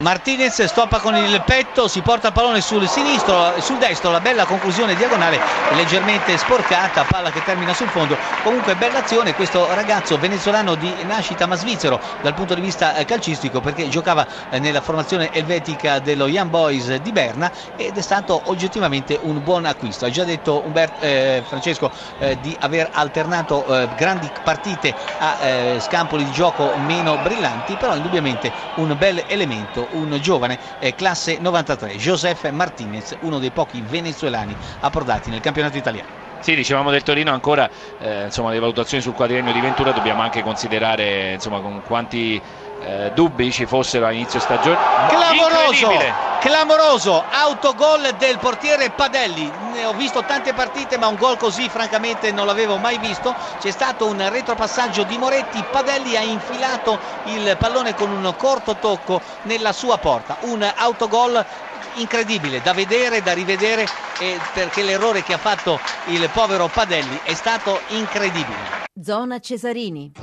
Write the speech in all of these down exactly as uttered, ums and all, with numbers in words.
Martinez stoppa con il petto, si porta il pallone sul sinistro, sul destro, la bella conclusione diagonale leggermente sporcata, palla che termina sul fondo. Comunque bella azione, questo ragazzo venezuelano di nascita ma svizzero dal punto di vista calcistico, perché giocava nella formazione elvetica dello Young Boys di Berna ed è stato oggettivamente un buon acquisto. Ha già detto Umberto, eh, Francesco eh, di aver alternato eh, grandi partite a eh, scampoli di gioco meno brillanti, però indubbiamente un bel elemento, un giovane eh, classe novantatré, Josef Martinez, uno dei pochi venezuelani approdati nel campionato italiano. Sì, dicevamo del Torino ancora, eh, insomma, le valutazioni sul quadriennio di Ventura dobbiamo anche considerare, insomma, con quanti eh, dubbi ci fossero a inizio stagione. Clamoroso, clamoroso autogol del portiere Padelli. Ne ho visto tante partite, ma un gol così francamente non l'avevo mai visto. C'è stato un retropassaggio di Moretti, Padelli ha infilato il pallone con un corto tocco nella sua porta. Un autogol incredibile, da vedere, da rivedere, eh, perché l'errore che ha fatto il povero Padelli è stato incredibile. Zona Cesarini.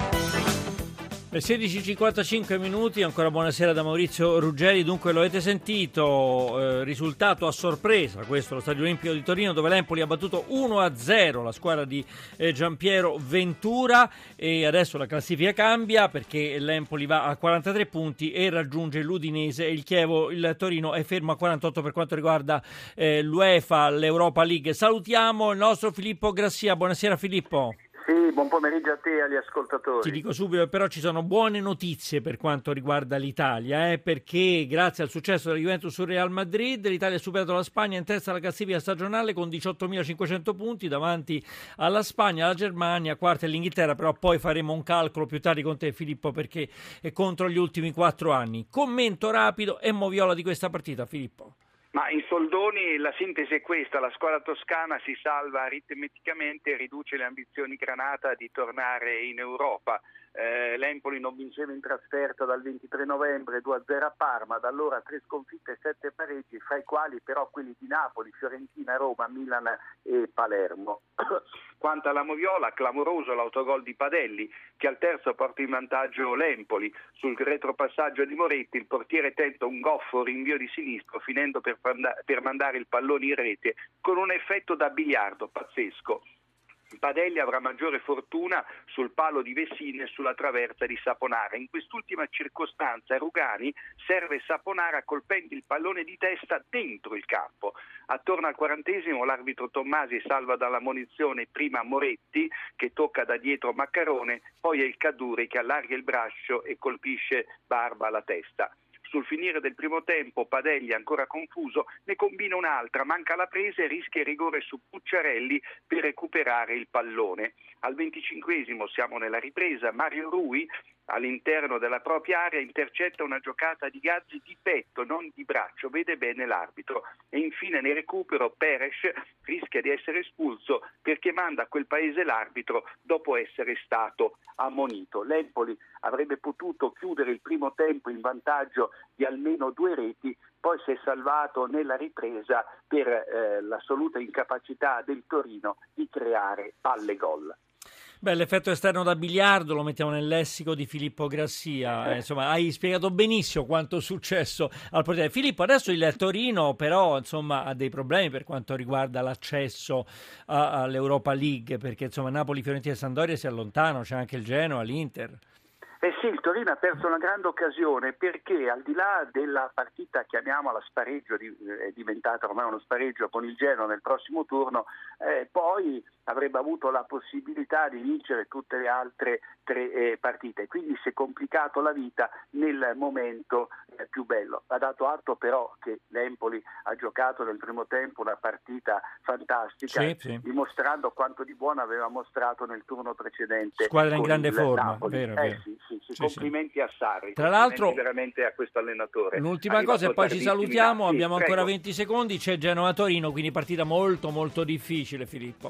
Le sedici e cinquantacinque minuti, ancora buonasera da Maurizio Ruggeri. Dunque lo avete sentito, eh, risultato a sorpresa questo, lo Stadio Olimpico di Torino, dove l'Empoli ha battuto uno a zero la squadra di eh, Giampiero Ventura, e adesso la classifica cambia perché l'Empoli va a quarantatré punti e raggiunge l'Udinese e il Chievo. Il Torino è fermo a quarantotto per quanto riguarda eh, l'UEFA, l'Europa League. Salutiamo il nostro Filippo Grassia. Buonasera Filippo. Sì, buon pomeriggio a te e agli ascoltatori. Ti dico subito, però ci sono buone notizie per quanto riguarda l'Italia, eh, perché grazie al successo della Juventus sul Real Madrid, l'Italia ha superato la Spagna in testa alla classifica stagionale con diciottomilacinquecento punti, davanti alla Spagna, alla Germania, quarta e l'Inghilterra, però poi faremo un calcolo più tardi con te Filippo, perché è contro gli ultimi quattro anni. Commento rapido e moviola di questa partita, Filippo. Ma in soldoni la sintesi è questa: la squadra toscana si salva aritmeticamente e riduce le ambizioni granata di tornare in Europa. Eh, L'Empoli non vinceva in trasferta dal ventitré novembre, due a zero a Parma, da allora tre sconfitte e sette pareggi, fra i quali però quelli di Napoli, Fiorentina, Roma, Milan e Palermo. Quanto alla moviola, clamoroso l'autogol di Padelli, che al terzo porta in vantaggio l'Empoli. Sul retropassaggio di Moretti il portiere tenta un goffo rinvio di sinistro, finendo per, per mandare il pallone in rete con un effetto da biliardo pazzesco. Padelli avrà maggiore fortuna sul palo di Vessina e sulla traversa di Saponara. In quest'ultima circostanza Rugani serve Saponara colpendo il pallone di testa dentro il campo. Attorno al quarantesimo l'arbitro Tommasi salva dalla munizione prima Moretti, che tocca da dietro Maccarone, poi è il Caduri che allarga il braccio e colpisce Barba alla testa. Sul finire del primo tempo Padelli, ancora confuso, ne combina un'altra, manca la presa e rischia il rigore su Pucciarelli per recuperare il pallone. Al venticinquesimo siamo nella ripresa, Mario Rui all'interno della propria area intercetta una giocata di Gazzi di petto, non di braccio, vede bene l'arbitro. E infine nel recupero Peres rischia di essere espulso perché manda a quel paese l'arbitro dopo essere stato ammonito. L'Empoli avrebbe potuto chiudere il primo tempo in vantaggio di almeno due reti, poi si è salvato nella ripresa per eh, l'assoluta incapacità del Torino di creare palle gol. Beh, l'effetto esterno da biliardo lo mettiamo nel lessico di Filippo Grassia. Eh, insomma, hai spiegato benissimo quanto è successo al portiere. Filippo, adesso il Torino però insomma ha dei problemi per quanto riguarda l'accesso a, all'Europa League, perché insomma Napoli, Fiorentina e Sampdoria si allontanano, c'è anche il Genoa, l'Inter. Eh sì, il Torino ha perso una grande occasione, perché al di là della partita, chiamiamola spareggio, è diventata ormai uno spareggio con il Genoa nel prossimo turno, eh, poi avrebbe avuto la possibilità di vincere tutte le altre tre eh, partite, quindi si è complicato la vita nel momento eh, più bello. Ha dato atto però che l'Empoli ha giocato nel primo tempo una partita fantastica, sì, sì, dimostrando quanto di buono aveva mostrato nel turno precedente. Squadra in grande forma, Napoli. vero, Eh, vero. sì, sì, sì, Sì, complimenti sì. a Sarri, Tra l'altro veramente a questo allenatore. L'ultima Arriva cosa e poi ci salutiamo, sì, abbiamo prego. ancora venti secondi, c'è Genoa-Torino, quindi partita molto molto difficile, Filippo.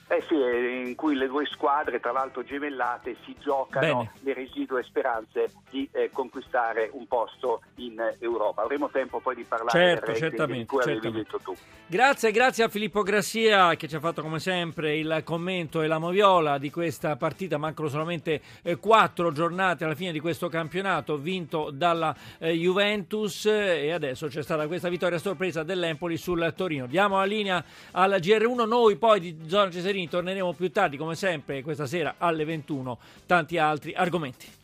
Eh sì, in cui le due squadre, tra l'altro gemellate, si giocano Bene. le residue speranze di eh, conquistare un posto in Europa. Avremo tempo poi di parlare Certo, del ranking certamente, di cui avevi certamente. detto tu. Grazie, grazie a Filippo Grassia che ci ha fatto come sempre il commento e la moviola di questa partita. Mancano solamente eh, quattro giornate alla fine di questo campionato vinto dalla eh, Juventus e adesso c'è stata questa vittoria a sorpresa dell'Empoli sul Torino. Diamo la linea al G R uno, noi poi di Zona Cesarini torneremo più tardi come sempre questa sera alle ventuno, tanti altri argomenti.